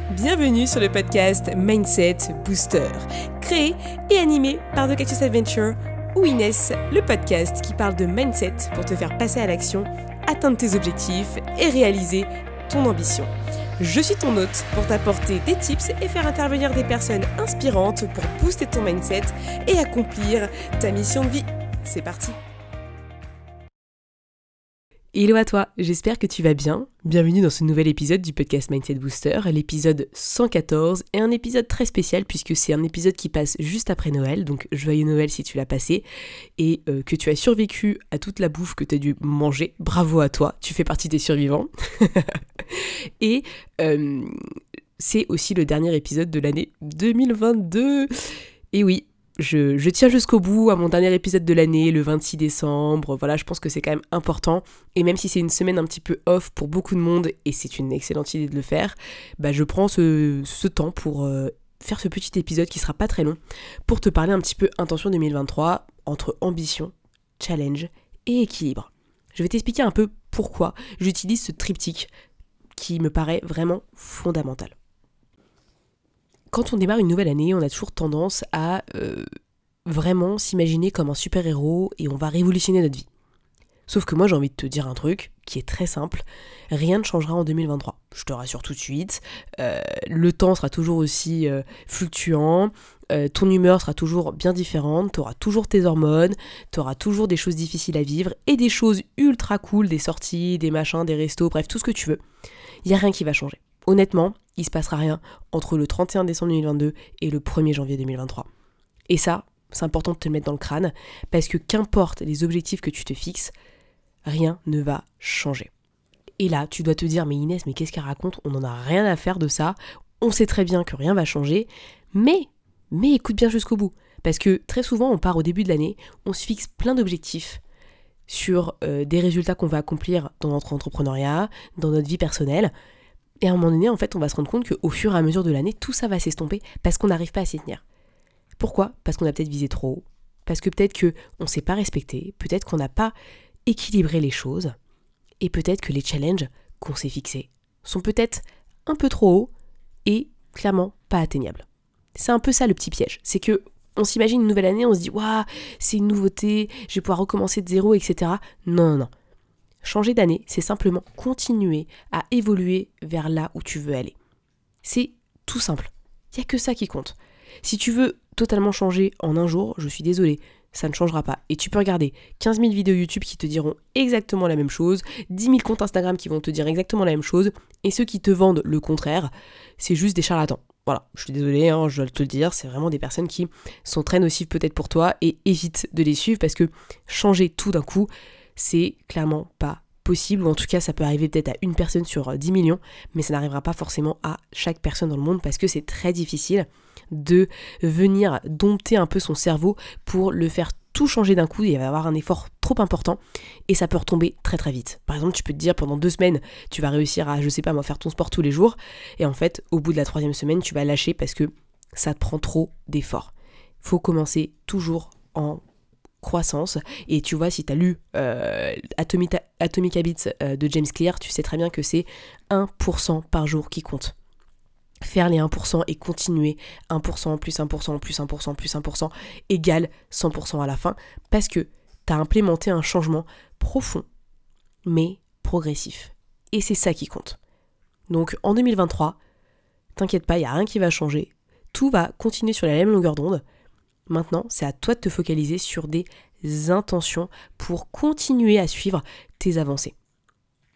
Bienvenue sur le podcast Mindset Booster, créé et animé par The Cactus Adventure ou Inès, le podcast qui parle de mindset pour te faire passer à l'action, atteindre tes objectifs et réaliser ton ambition. Je suis ton hôte pour t'apporter des tips et faire intervenir des personnes inspirantes pour booster ton mindset et accomplir ta mission de vie. C'est parti! Hello à toi, j'espère que tu vas bien. Bienvenue dans ce nouvel épisode du podcast Mindset Booster, l'épisode 114, et un épisode très spécial puisque c'est un épisode qui passe juste après Noël, donc joyeux Noël si tu l'as passé, et que tu as survécu à toute la bouffe que tu as dû manger. Bravo à toi, tu fais partie des survivants. Et c'est aussi le dernier épisode de l'année 2022. Et oui, je tiens jusqu'au bout à mon dernier épisode de l'année, le 26 décembre, voilà, je pense que c'est quand même important, et même si c'est une semaine un petit peu off pour beaucoup de monde, et c'est une excellente idée de le faire, je prends ce temps pour faire ce petit épisode qui sera pas très long, pour te parler un petit peu intention 2023, entre ambition, challenge et équilibre. Je vais t'expliquer un peu pourquoi j'utilise ce triptyque qui me paraît vraiment fondamental. Quand on démarre une nouvelle année, on a toujours tendance à vraiment s'imaginer comme un super-héros et on va révolutionner notre vie. Sauf que moi j'ai envie de te dire un truc qui est très simple, rien ne changera en 2023. Je te rassure tout de suite, le temps sera toujours aussi fluctuant, ton humeur sera toujours bien différente, tu auras toujours tes hormones, tu auras toujours des choses difficiles à vivre et des choses ultra cool, des sorties, des machins, des restos, bref tout ce que tu veux. Il n'y a rien qui va changer. Honnêtement, il se passera rien entre le 31 décembre 2022 et le 1er janvier 2023. Et ça, c'est important de te le mettre dans le crâne, parce que qu'importe les objectifs que tu te fixes, rien ne va changer. Et là, tu dois te dire, mais Inès, mais qu'est-ce qu'elle raconte ? On n'en a rien à faire de ça, on sait très bien que rien va changer, mais écoute bien jusqu'au bout. Parce que très souvent, on part au début de l'année, on se fixe plein d'objectifs sur des résultats qu'on va accomplir dans notre entrepreneuriat, dans notre vie personnelle. Et à un moment donné, en fait, on va se rendre compte qu'au fur et à mesure de l'année, tout ça va s'estomper parce qu'on n'arrive pas à s'y tenir. Pourquoi ? Parce qu'on a peut-être visé trop haut, parce que peut-être qu'on ne s'est pas respecté, peut-être qu'on n'a pas équilibré les choses, et peut-être que les challenges qu'on s'est fixés sont peut-être un peu trop hauts et clairement pas atteignables. C'est un peu ça le petit piège, c'est que on s'imagine une nouvelle année, on se dit « Waouh, c'est une nouveauté, je vais pouvoir recommencer de zéro, etc. » Non. Changer d'année, c'est simplement continuer à évoluer vers là où tu veux aller. C'est tout simple. Il n'y a que ça qui compte. Si tu veux totalement changer en un jour, je suis désolée, ça ne changera pas. Et tu peux regarder 15 000 vidéos YouTube qui te diront exactement la même chose, 10 000 comptes Instagram qui vont te dire exactement la même chose, et ceux qui te vendent le contraire, c'est juste des charlatans. Voilà, je suis désolée, je dois te le dire, c'est vraiment des personnes qui sont très nocives peut-être pour toi, et évite de les suivre parce que changer tout d'un coup, c'est clairement pas possible, ou en tout cas ça peut arriver peut-être à une personne sur 10 millions, mais ça n'arrivera pas forcément à chaque personne dans le monde parce que c'est très difficile de venir dompter un peu son cerveau pour le faire tout changer d'un coup. Il va y avoir un effort trop important et ça peut retomber très très vite. Par exemple, tu peux te dire pendant 2 semaines, tu vas réussir à, faire ton sport tous les jours, et en fait, au bout de la 3e semaine, tu vas lâcher parce que ça te prend trop d'efforts. Faut commencer toujours en croissance, et tu vois, si tu as lu Atomic Habits de James Clear, tu sais très bien que c'est 1% par jour qui compte. Faire les 1% et continuer 1%, plus 1%, plus 1%, plus 1% égale 100% à la fin, parce que tu as implémenté un changement profond, mais progressif. Et c'est ça qui compte. Donc en 2023, t'inquiète pas, il n'y a rien qui va changer. Tout va continuer sur la même longueur d'onde. Maintenant, c'est à toi de te focaliser sur des intentions pour continuer à suivre tes avancées. D'accord ?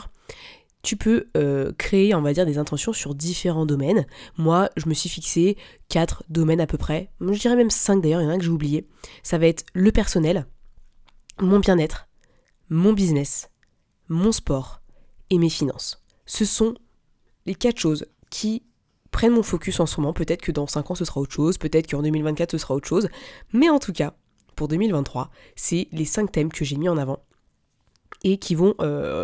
Tu peux créer, on va dire, des intentions sur différents domaines. Moi, je me suis fixé 4 domaines à peu près. Je dirais même 5 d'ailleurs, il y en a un que j'ai oublié. Ça va être le personnel, mon bien-être, mon business, mon sport et mes finances. Ce sont les 4 choses qui prennent mon focus en ce moment. Peut-être que dans 5 ans ce sera autre chose, peut-être qu'en 2024 ce sera autre chose. Mais en tout cas, pour 2023, c'est les 5 thèmes que j'ai mis en avant et qui vont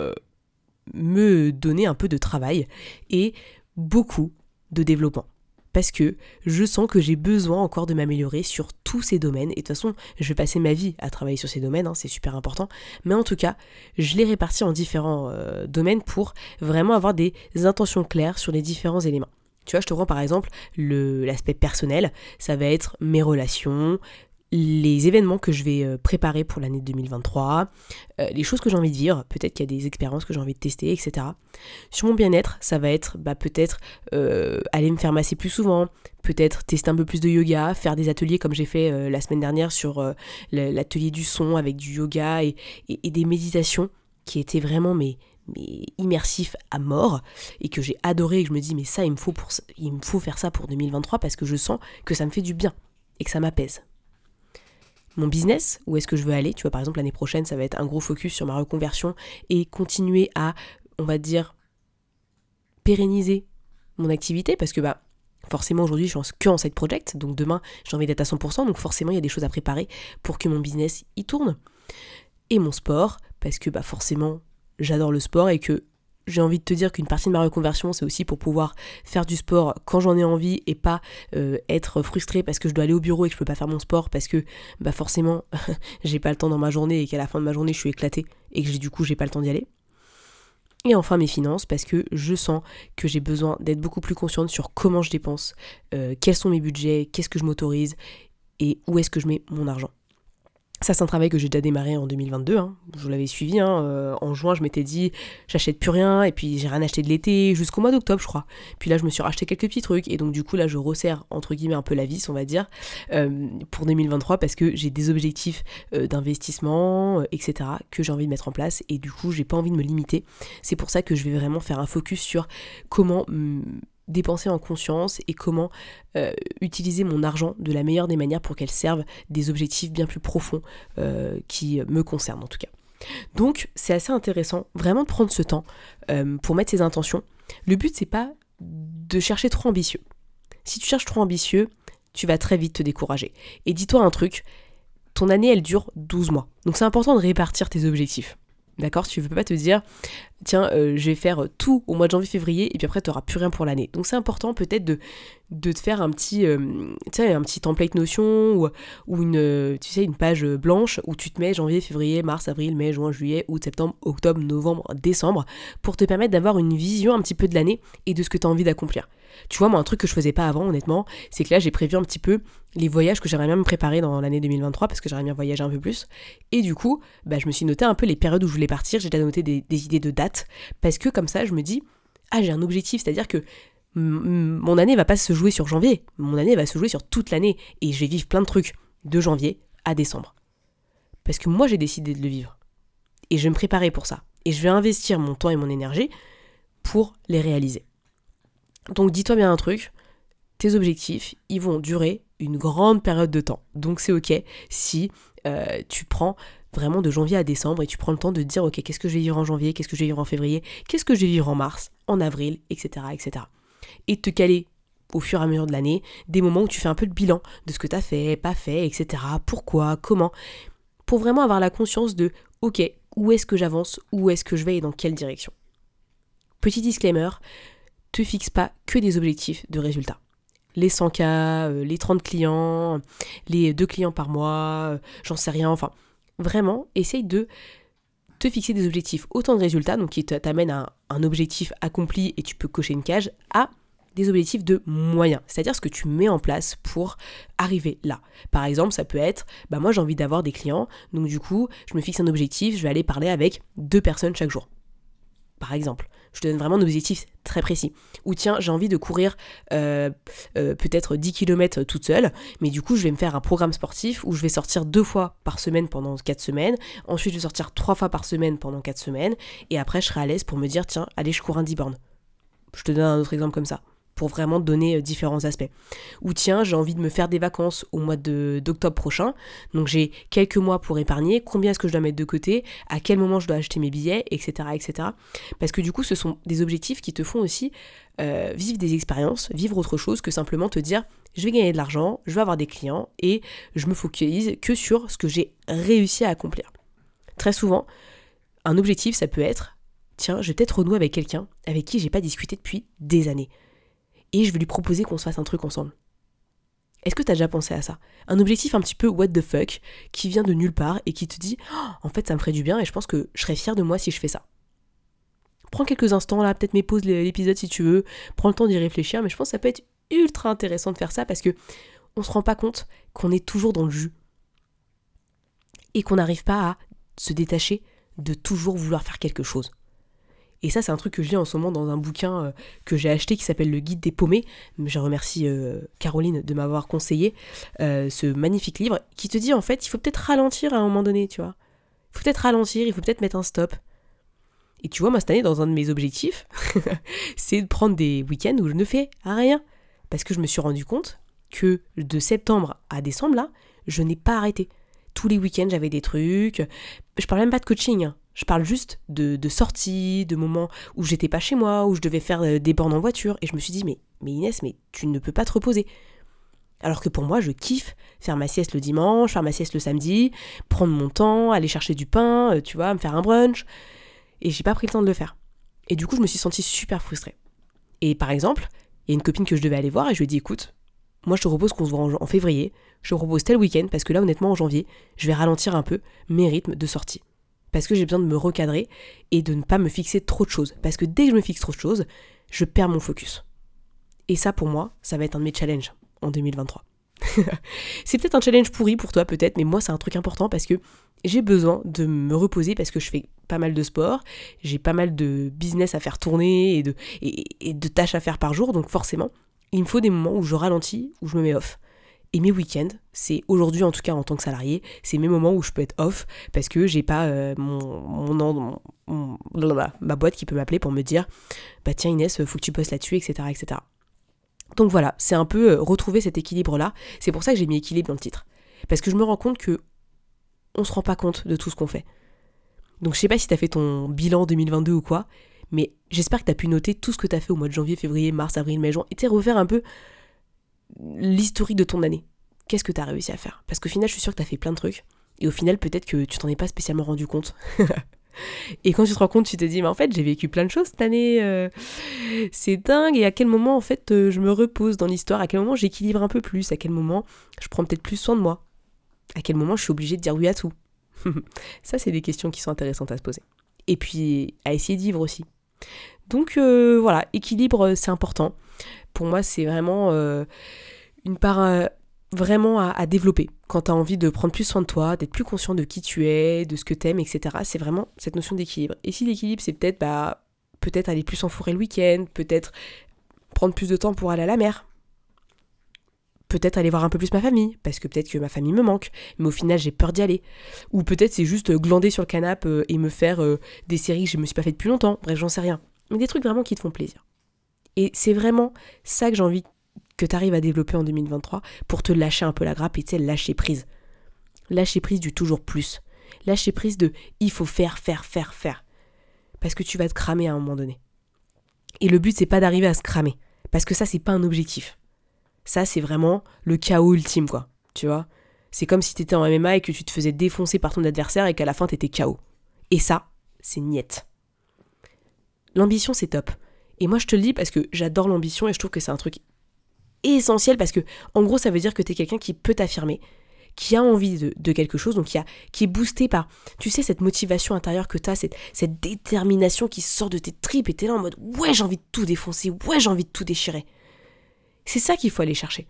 me donner un peu de travail et beaucoup de développement. parce que je sens que j'ai besoin encore de m'améliorer sur tous ces domaines. Et de toute façon, je vais passer ma vie à travailler sur ces domaines, c'est super important. Mais en tout cas, je les répartis en différents domaines pour vraiment avoir des intentions claires sur les différents éléments. Tu vois, je te prends par exemple l'aspect personnel, ça va être mes relations, les événements que je vais préparer pour l'année 2023, les choses que j'ai envie de vivre, peut-être qu'il y a des expériences que j'ai envie de tester, etc. Sur mon bien-être, ça va être peut-être aller me faire masser plus souvent, peut-être tester un peu plus de yoga, faire des ateliers comme j'ai fait la semaine dernière sur l'atelier du son avec du yoga et des méditations qui étaient vraiment mais immersif à mort et que j'ai adoré et que je me dis mais ça il me faut faire ça pour 2023 parce que je sens que ça me fait du bien et que ça m'apaise. Mon business, où est-ce que je veux aller, tu vois par exemple l'année prochaine ça va être un gros focus sur ma reconversion et continuer à, on va dire, pérenniser mon activité parce que forcément aujourd'hui je suis que en side project, donc demain j'ai envie d'être à 100%, donc forcément il y a des choses à préparer pour que mon business y tourne. Et mon sport, parce que forcément j'adore le sport et que j'ai envie de te dire qu'une partie de ma reconversion, c'est aussi pour pouvoir faire du sport quand j'en ai envie et pas être frustrée parce que je dois aller au bureau et que je peux pas faire mon sport parce que forcément j'ai pas le temps dans ma journée et qu'à la fin de ma journée je suis éclatée et que du coup j'ai pas le temps d'y aller. Et enfin mes finances parce que je sens que j'ai besoin d'être beaucoup plus consciente sur comment je dépense, quels sont mes budgets, qu'est-ce que je m'autorise et où est-ce que je mets mon argent. Ça, c'est un travail que j'ai déjà démarré en 2022, je l'avais suivi, en juin je m'étais dit j'achète plus rien et puis j'ai rien acheté de l'été jusqu'au mois d'octobre je crois. Puis là je me suis racheté quelques petits trucs et donc du coup là je resserre entre guillemets un peu la vis on va dire pour 2023 parce que j'ai des objectifs d'investissement etc. que j'ai envie de mettre en place et du coup j'ai pas envie de me limiter. C'est pour ça que je vais vraiment faire un focus sur comment dépenser en conscience et comment utiliser mon argent de la meilleure des manières pour qu'elle serve des objectifs bien plus profonds qui me concernent en tout cas. Donc c'est assez intéressant vraiment de prendre ce temps pour mettre ses intentions. Le but c'est pas de chercher trop ambitieux. Si tu cherches trop ambitieux, tu vas très vite te décourager. Et dis-toi un truc, ton année elle dure 12 mois. Donc c'est important de répartir tes objectifs. D'accord, tu ne peux pas te dire, tiens, je vais faire tout au mois de janvier-février et puis après tu n'auras plus rien pour l'année. Donc c'est important peut-être de te faire un petit template Notion ou une page blanche où tu te mets janvier, février, mars, avril, mai, juin, juillet, août, septembre, octobre, novembre, décembre pour te permettre d'avoir une vision un petit peu de l'année et de ce que tu as envie d'accomplir. Tu vois, moi un truc que je faisais pas avant honnêtement, c'est que là j'ai prévu un petit peu les voyages que j'aimerais bien me préparer dans l'année 2023 parce que j'aimerais bien voyager un peu plus. Et du coup, je me suis noté un peu les périodes où je voulais partir, j'ai déjà noté des idées de dates parce que comme ça je me dis, j'ai un objectif, c'est-à-dire que mon année va pas se jouer sur janvier, mon année va se jouer sur toute l'année et je vais vivre plein de trucs de janvier à décembre. Parce que moi j'ai décidé de le vivre et je vais me préparer pour ça et je vais investir mon temps et mon énergie pour les réaliser. Donc dis-toi bien un truc, tes objectifs, ils vont durer une grande période de temps. Donc c'est ok si tu prends vraiment de janvier à décembre et tu prends le temps de te dire ok, qu'est-ce que je vais vivre en janvier, qu'est-ce que je vais vivre en février, qu'est-ce que je vais vivre en mars, en avril, etc. etc. Et de te caler au fur et à mesure de l'année des moments où tu fais un peu le bilan de ce que tu as fait, pas fait, etc. Pourquoi, comment, pour vraiment avoir la conscience de ok, où est-ce que j'avance, où est-ce que je vais et dans quelle direction. Petit disclaimer, te fixe pas que des objectifs de résultats. Les 100K, les 30 clients, les 2 clients par mois, j'en sais rien, enfin, vraiment, essaye de te fixer des objectifs autant de résultats, donc qui t'amènent à un objectif accompli et tu peux cocher une case, à des objectifs de moyens, c'est-à-dire ce que tu mets en place pour arriver là. Par exemple, ça peut être, moi j'ai envie d'avoir des clients, donc du coup, je me fixe un objectif, je vais aller parler avec 2 personnes chaque jour. Par exemple, je te donne vraiment un objectif très précis. Ou tiens, j'ai envie de courir peut-être 10 km toute seule, mais du coup, je vais me faire un programme sportif où je vais sortir 2 fois par semaine pendant 4 semaines, ensuite je vais sortir 3 fois par semaine pendant 4 semaines, et après je serai à l'aise pour me dire, tiens, allez, je cours un 10 bornes. Je te donne un autre exemple comme ça, pour vraiment te donner différents aspects. Ou tiens, j'ai envie de me faire des vacances au mois d'octobre prochain, donc j'ai quelques mois pour épargner, combien est-ce que je dois mettre de côté, à quel moment je dois acheter mes billets, etc. etc. Parce que du coup, ce sont des objectifs qui te font aussi vivre des expériences, vivre autre chose que simplement te dire, je vais gagner de l'argent, je vais avoir des clients, et je me focalise que sur ce que j'ai réussi à accomplir. Très souvent, un objectif, ça peut être, tiens, je vais peut-être renouer avec quelqu'un avec qui j'ai pas discuté depuis des années. et je vais lui proposer qu'on se fasse un truc ensemble. Est-ce que t'as déjà pensé à ça ? Un objectif un petit peu what the fuck, qui vient de nulle part et qui te dit « En fait, ça me ferait du bien et je pense que je serais fière de moi si je fais ça. » Prends quelques instants là, peut-être pause l'épisode si tu veux, prends le temps d'y réfléchir, mais je pense que ça peut être ultra intéressant de faire ça parce que on se rend pas compte qu'on est toujours dans le jus et qu'on n'arrive pas à se détacher de toujours vouloir faire quelque chose. Et ça, c'est un truc que je lis en ce moment dans un bouquin que j'ai acheté qui s'appelle Le Guide des paumés. Je remercie Caroline de m'avoir conseillé ce magnifique livre qui te dit en fait, il faut peut-être ralentir à un moment donné, tu vois. Il faut peut-être ralentir, il faut peut-être mettre un stop. Et tu vois, moi, cette année, dans un de mes objectifs, c'est de prendre des week-ends où je ne fais rien. Parce que je me suis rendu compte que de septembre à décembre, là, je n'ai pas arrêté. Tous les week-ends, j'avais des trucs. Je parle même pas de coaching, hein. Je parle juste de sorties, de moments où j'étais pas chez moi, où je devais faire des bornes en voiture. Et je me suis dit, mais Inès, mais tu ne peux pas te reposer. Alors que pour moi, je kiffe faire ma sieste le dimanche, faire ma sieste le samedi, prendre mon temps, aller chercher du pain, tu vois, me faire un brunch. Et j'ai pas pris le temps de le faire. Et du coup, je me suis sentie super frustrée. Et par exemple, il y a une copine que je devais aller voir et je lui ai dit, écoute, moi je te propose qu'on se voit en février, je te propose tel week-end, parce que là honnêtement en janvier, je vais ralentir un peu mes rythmes de sortie. Parce que j'ai besoin de me recadrer et de ne pas me fixer trop de choses. Parce que dès que je me fixe trop de choses, je perds mon focus. Et ça pour moi, ça va être un de mes challenges en 2023. C'est peut-être un challenge pourri pour toi peut-être, mais moi c'est un truc important parce que j'ai besoin de me reposer parce que je fais pas mal de sport, j'ai pas mal de business à faire tourner et de tâches à faire par jour, donc forcément il me faut des moments où je ralentis, où je me mets off. Et mes week-ends, c'est aujourd'hui en tout cas en tant que salarié, c'est mes moments où je peux être off parce que j'ai pas ma boîte qui peut m'appeler pour me dire bah tiens Inès, faut que tu bosses là-dessus, etc., etc. Donc voilà, c'est un peu retrouver cet équilibre-là. C'est pour ça que j'ai mis équilibre dans le titre. Parce que je me rends compte que on se rend pas compte de tout ce qu'on fait. Donc je sais pas si t'as fait ton bilan 2022 ou quoi, mais j'espère que t'as pu noter tout ce que t'as fait au mois de janvier, février, mars, avril, mai, juin, et refaire un peu l'historique de ton année. Qu'est-ce que t'as réussi à faire ? Parce qu'au final, je suis sûre que t'as fait plein de trucs, et au final, peut-être que tu t'en es pas spécialement rendu compte. Et quand tu te rends compte, tu te dis, mais en fait, j'ai vécu plein de choses cette année, c'est dingue, et à quel moment, en fait, je me repose dans l'histoire, à quel moment j'équilibre un peu plus, à quel moment je prends peut-être plus soin de moi, à quel moment je suis obligée de dire oui à tout. Ça, c'est des questions qui sont intéressantes à se poser. Et puis, à essayer de vivre aussi. Donc, voilà, équilibre, c'est important. Pour moi, c'est vraiment une part vraiment à développer. Quand tu as envie de prendre plus soin de toi, d'être plus conscient de qui tu es, de ce que tu aimes, etc. C'est vraiment cette notion d'équilibre. Et si l'équilibre, c'est peut-être aller plus s'enfourrer le week-end, peut-être prendre plus de temps pour aller à la mer, peut-être aller voir un peu plus ma famille, parce que peut-être que ma famille me manque, mais au final j'ai peur d'y aller. Ou peut-être c'est juste glander sur le canapé et me faire des séries que je me suis pas fait depuis longtemps, bref j'en sais rien. Mais des trucs vraiment qui te font plaisir. Et c'est vraiment ça que j'ai envie que tu arrives à développer en 2023 pour te lâcher un peu la grappe et tu sais, lâcher prise. Lâcher prise du toujours plus. Lâcher prise de il faut faire. Parce que tu vas te cramer à un moment donné. Et le but c'est pas d'arriver à se cramer, parce que ça c'est pas un objectif. Ça, c'est vraiment le chaos ultime, quoi. Tu vois ? C'est comme si t'étais en MMA et que tu te faisais défoncer par ton adversaire et qu'à la fin, t'étais KO. Et ça, c'est niette. L'ambition, c'est top. Et moi, je te le dis parce que j'adore l'ambition et je trouve que c'est un truc essentiel parce que, en gros, ça veut dire que t'es quelqu'un qui peut t'affirmer, qui a envie de quelque chose, donc qui est boosté par, tu sais, cette motivation intérieure que t'as, cette détermination qui sort de tes tripes et t'es là en mode « Ouais, j'ai envie de tout défoncer, ouais, j'ai envie de tout déchirer ». C'est ça qu'il faut aller chercher.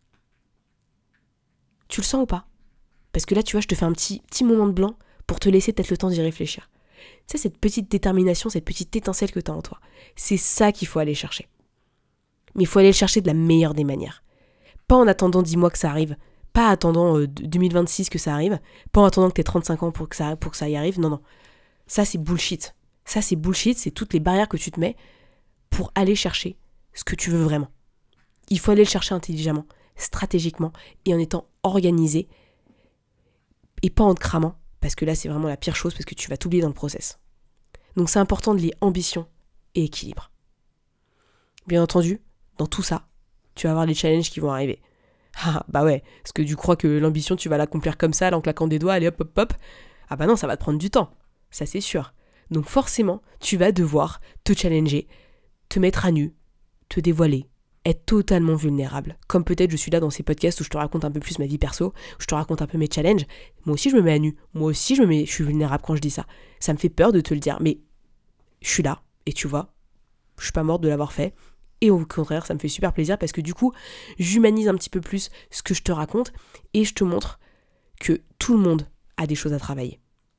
Tu le sens ou pas ? Parce que là, tu vois, je te fais un petit moment de blanc pour te laisser peut-être le temps d'y réfléchir. Tu sais, cette petite détermination, cette petite étincelle que tu as en toi, c'est ça qu'il faut aller chercher. Mais il faut aller le chercher de la meilleure des manières. Pas en attendant 10 mois que ça arrive, pas attendant 2026 que ça arrive, pas en attendant que tu aies 35 ans pour que ça y arrive, non. Ça, c'est bullshit. Ça, c'est bullshit, c'est toutes les barrières que tu te mets pour aller chercher ce que tu veux vraiment. Il faut aller le chercher intelligemment, stratégiquement et en étant organisé et pas en te cramant, parce que là c'est vraiment la pire chose parce que tu vas t'oublier dans le process. Donc c'est important de lier ambition et équilibre. Bien entendu, dans tout ça, tu vas avoir les challenges qui vont arriver. Ah bah ouais, parce que tu crois que l'ambition tu vas l'accomplir comme ça, là, en claquant des doigts, allez hop. Ah bah non, ça va te prendre du temps, ça c'est sûr. Donc forcément, tu vas devoir te challenger, te mettre à nu, te dévoiler, être totalement vulnérable. Comme peut-être je suis là dans ces podcasts où je te raconte un peu plus ma vie perso, où je te raconte un peu mes challenges. Moi aussi je me mets à nu, moi aussi je suis vulnérable quand je dis ça. Ça me fait peur de te le dire, mais je suis là, et tu vois, je suis pas morte de l'avoir fait. Et au contraire, ça me fait super plaisir parce que du coup, j'humanise un petit peu plus ce que je te raconte et je te montre que tout le monde a des choses à travailler.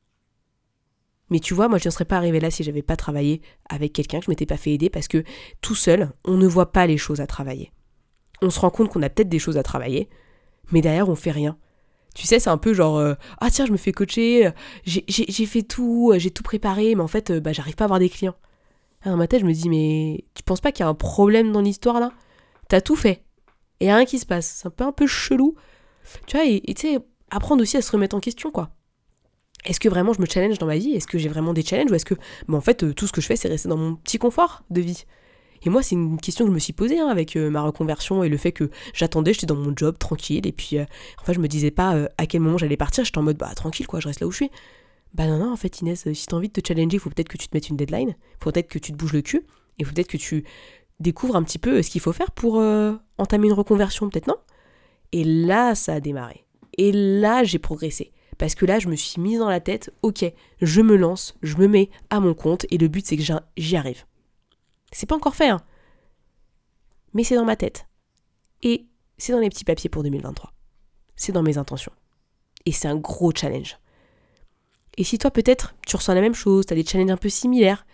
Mais tu vois, moi je ne serais pas arrivée là si j'avais pas travaillé avec quelqu'un, que je m'étais pas fait aider parce que tout seul, on ne voit pas les choses à travailler. On se rend compte qu'on a peut-être des choses à travailler, mais derrière on fait rien. Tu sais, c'est un peu genre ah tiens, je me fais coacher, j'ai fait tout, j'ai tout préparé, mais en fait, j'arrive pas à avoir des clients. Dans ma tête, je me dis, mais tu penses pas qu'il y a un problème dans l'histoire là ? T'as tout fait, et y a rien qui se passe. C'est un peu chelou. Tu vois, et tu sais, apprendre aussi à se remettre en question, quoi. Est-ce que vraiment je me challenge dans ma vie ? Est-ce que j'ai vraiment des challenges ? Ou est-ce que, en fait, tout ce que je fais, c'est rester dans mon petit confort de vie ? Et moi, c'est une question que je me suis posée avec ma reconversion et le fait que j'attendais, j'étais dans mon job, tranquille. Et puis, en fait, je me disais pas à quel moment j'allais partir. J'étais en mode, tranquille, quoi, je reste là où je suis. Non, en fait, Inès, si t'as envie de te challenger, il faut peut-être que tu te mettes une deadline. Il faut peut-être que tu te bouges le cul. Et il faut peut-être que tu découvres un petit peu ce qu'il faut faire pour entamer une reconversion, peut-être, non ? Et là, ça a démarré. Et là, j'ai progressé. Parce que là, je me suis mise dans la tête, ok, je me lance, je me mets à mon compte, et le but, c'est que j'y arrive. C'est pas encore fait, hein. Mais c'est dans ma tête. Et c'est dans les petits papiers pour 2023. C'est dans mes intentions. Et c'est un gros challenge. Et si toi, peut-être, tu ressens la même chose, tu as des challenges un peu similaires,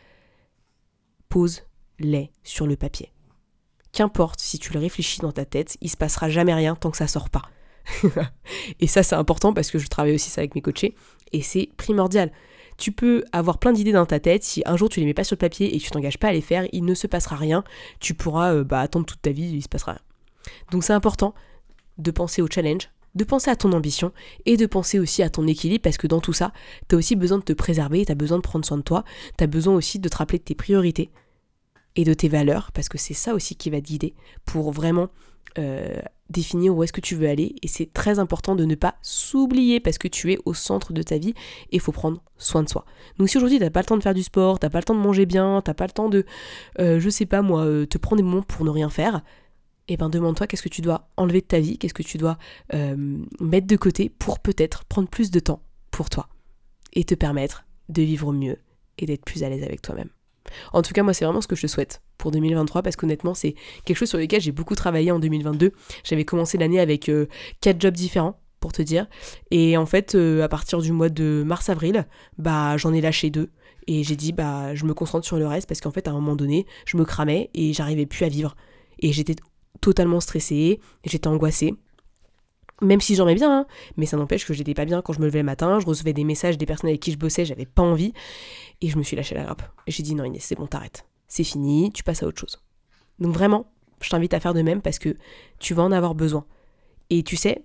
pose-les sur le papier. Qu'importe si tu le réfléchis dans ta tête, il se passera jamais rien tant que ça sort pas. Et ça, c'est important parce que je travaille aussi ça avec mes coachés et c'est primordial. Tu peux avoir plein d'idées dans ta tête, si un jour tu les mets pas sur le papier et que tu t'engages pas à les faire, il ne se passera rien. Tu pourras attendre toute ta vie, il se passera rien. Donc c'est important de penser au challenge, de penser à ton ambition et de penser aussi à ton équilibre parce que dans tout ça, tu as aussi besoin de te préserver, tu as besoin de prendre soin de toi, tu as besoin aussi de te rappeler de tes priorités et de tes valeurs parce que c'est ça aussi qui va te guider pour vraiment définir où est-ce que tu veux aller et c'est très important de ne pas s'oublier parce que tu es au centre de ta vie et il faut prendre soin de soi. Donc si aujourd'hui t'as pas le temps de faire du sport, t'as pas le temps de manger bien, t'as pas le temps de, te prendre des moments pour ne rien faire, et demande-toi qu'est-ce que tu dois enlever de ta vie, qu'est-ce que tu dois mettre de côté pour peut-être prendre plus de temps pour toi et te permettre de vivre mieux et d'être plus à l'aise avec toi-même. En tout cas, moi, c'est vraiment ce que je te souhaite pour 2023 parce qu'honnêtement, c'est quelque chose sur lequel j'ai beaucoup travaillé en 2022. J'avais commencé l'année avec 4 jobs différents, pour te dire. Et en fait, à partir du mois de mars-avril, j'en ai lâché 2. Et j'ai dit, je me concentre sur le reste parce qu'en fait, à un moment donné, je me cramais et j'arrivais plus à vivre. Et j'étais totalement stressée, j'étais angoissée. Même si j'en ai bien, hein, mais ça n'empêche que j'étais pas bien quand je me levais le matin, je recevais des messages des personnes avec qui je bossais, j'avais pas envie, et je me suis lâché la grappe. Et j'ai dit non Inès, c'est bon, t'arrêtes. C'est fini, tu passes à autre chose. Donc vraiment, je t'invite à faire de même parce que tu vas en avoir besoin. Et tu sais,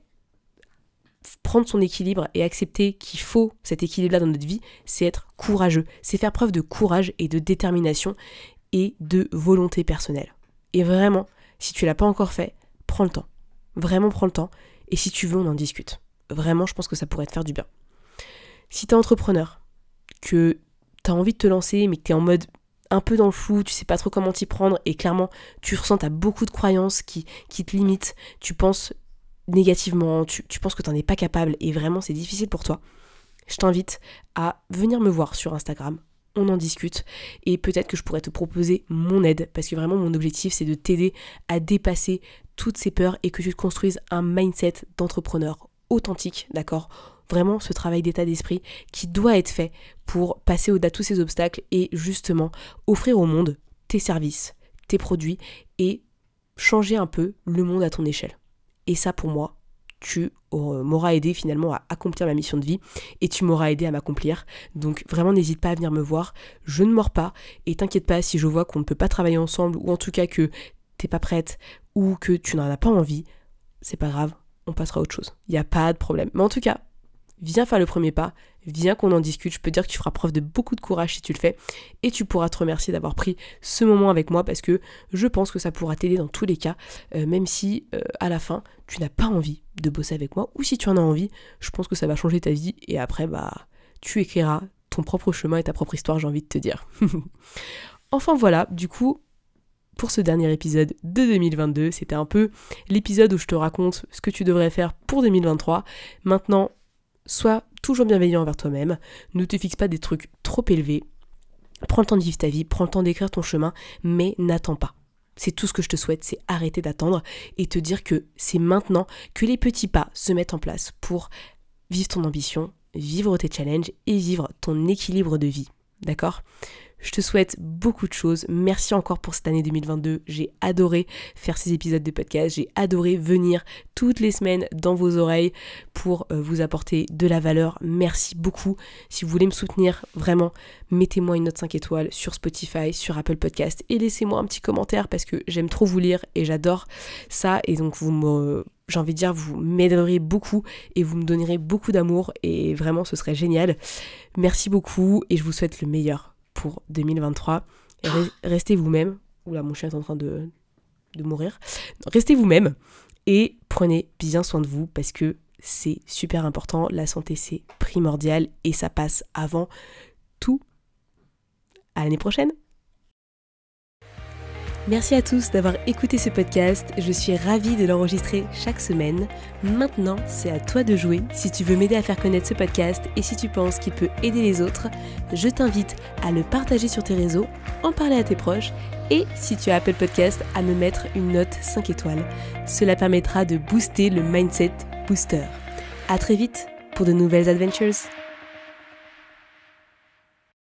prendre son équilibre et accepter qu'il faut cet équilibre-là dans notre vie, c'est être courageux. C'est faire preuve de courage et de détermination et de volonté personnelle. Et vraiment, si tu l'as pas encore fait, prends le temps. Vraiment prends le temps. Et si tu veux, on en discute. Vraiment, je pense que ça pourrait te faire du bien. Si t'es entrepreneur, que t'as envie de te lancer, mais que t'es en mode un peu dans le flou, tu sais pas trop comment t'y prendre, et clairement, tu ressens t'as beaucoup de croyances qui te limitent, tu penses négativement, tu penses que t'en es pas capable, et vraiment c'est difficile pour toi, je t'invite à venir me voir sur Instagram. On en discute et peut-être que je pourrais te proposer mon aide parce que vraiment mon objectif c'est de t'aider à dépasser toutes ces peurs et que tu te construises un mindset d'entrepreneur authentique, d'accord ? Vraiment ce travail d'état d'esprit qui doit être fait pour passer au-delà de tous ces obstacles et justement offrir au monde tes services, tes produits et changer un peu le monde à ton échelle. Et ça pour moi, tu m'auras aidé finalement à accomplir ma mission de vie et tu m'auras aidé à m'accomplir. Donc vraiment n'hésite pas à venir me voir, je ne mords pas et t'inquiète pas si je vois qu'on ne peut pas travailler ensemble ou en tout cas que t'es pas prête ou que tu n'en as pas envie, c'est pas grave, on passera à autre chose. Il n'y a pas de problème. Mais en tout cas, viens faire le premier pas, viens qu'on en discute, je peux te dire que tu feras preuve de beaucoup de courage si tu le fais et tu pourras te remercier d'avoir pris ce moment avec moi parce que je pense que ça pourra t'aider dans tous les cas, même si à la fin tu n'as pas envie de bosser avec moi ou si tu en as envie, je pense que ça va changer ta vie et après tu écriras ton propre chemin et ta propre histoire, j'ai envie de te dire. Enfin voilà, du coup, pour ce dernier épisode de 2022. C'était un peu l'épisode où je te raconte ce que tu devrais faire pour 2023. Maintenant, sois toujours bienveillant envers toi-même. Ne te fixe pas des trucs trop élevés. Prends le temps de vivre ta vie, prends le temps d'écrire ton chemin, mais n'attends pas. C'est tout ce que je te souhaite, c'est arrêter d'attendre et te dire que c'est maintenant que les petits pas se mettent en place pour vivre ton ambition, vivre tes challenges et vivre ton équilibre de vie. D'accord ? Je te souhaite beaucoup de choses. Merci encore pour cette année 2022. J'ai adoré faire ces épisodes de podcast. J'ai adoré venir toutes les semaines dans vos oreilles pour vous apporter de la valeur. Merci beaucoup. Si vous voulez me soutenir, vraiment, mettez-moi une note 5 étoiles sur Spotify, sur Apple Podcast et laissez-moi un petit commentaire parce que j'aime trop vous lire et j'adore ça. Et donc j'ai envie de dire, vous m'aiderez beaucoup et vous me donnerez beaucoup d'amour et vraiment ce serait génial. Merci beaucoup et je vous souhaite le meilleur pour 2023. Restez vous-même. Oula, mon chien est en train de mourir. Restez vous-même et prenez bien soin de vous parce que c'est super important. La santé, c'est primordial et ça passe avant tout. À l'année prochaine. Merci à tous d'avoir écouté ce podcast, je suis ravie de l'enregistrer chaque semaine. Maintenant, c'est à toi de jouer. Si tu veux m'aider à faire connaître ce podcast et si tu penses qu'il peut aider les autres, je t'invite à le partager sur tes réseaux, en parler à tes proches et si tu as Apple Podcast, à me mettre une note 5 étoiles. Cela permettra de booster le Mindset Booster. À très vite pour de nouvelles adventures.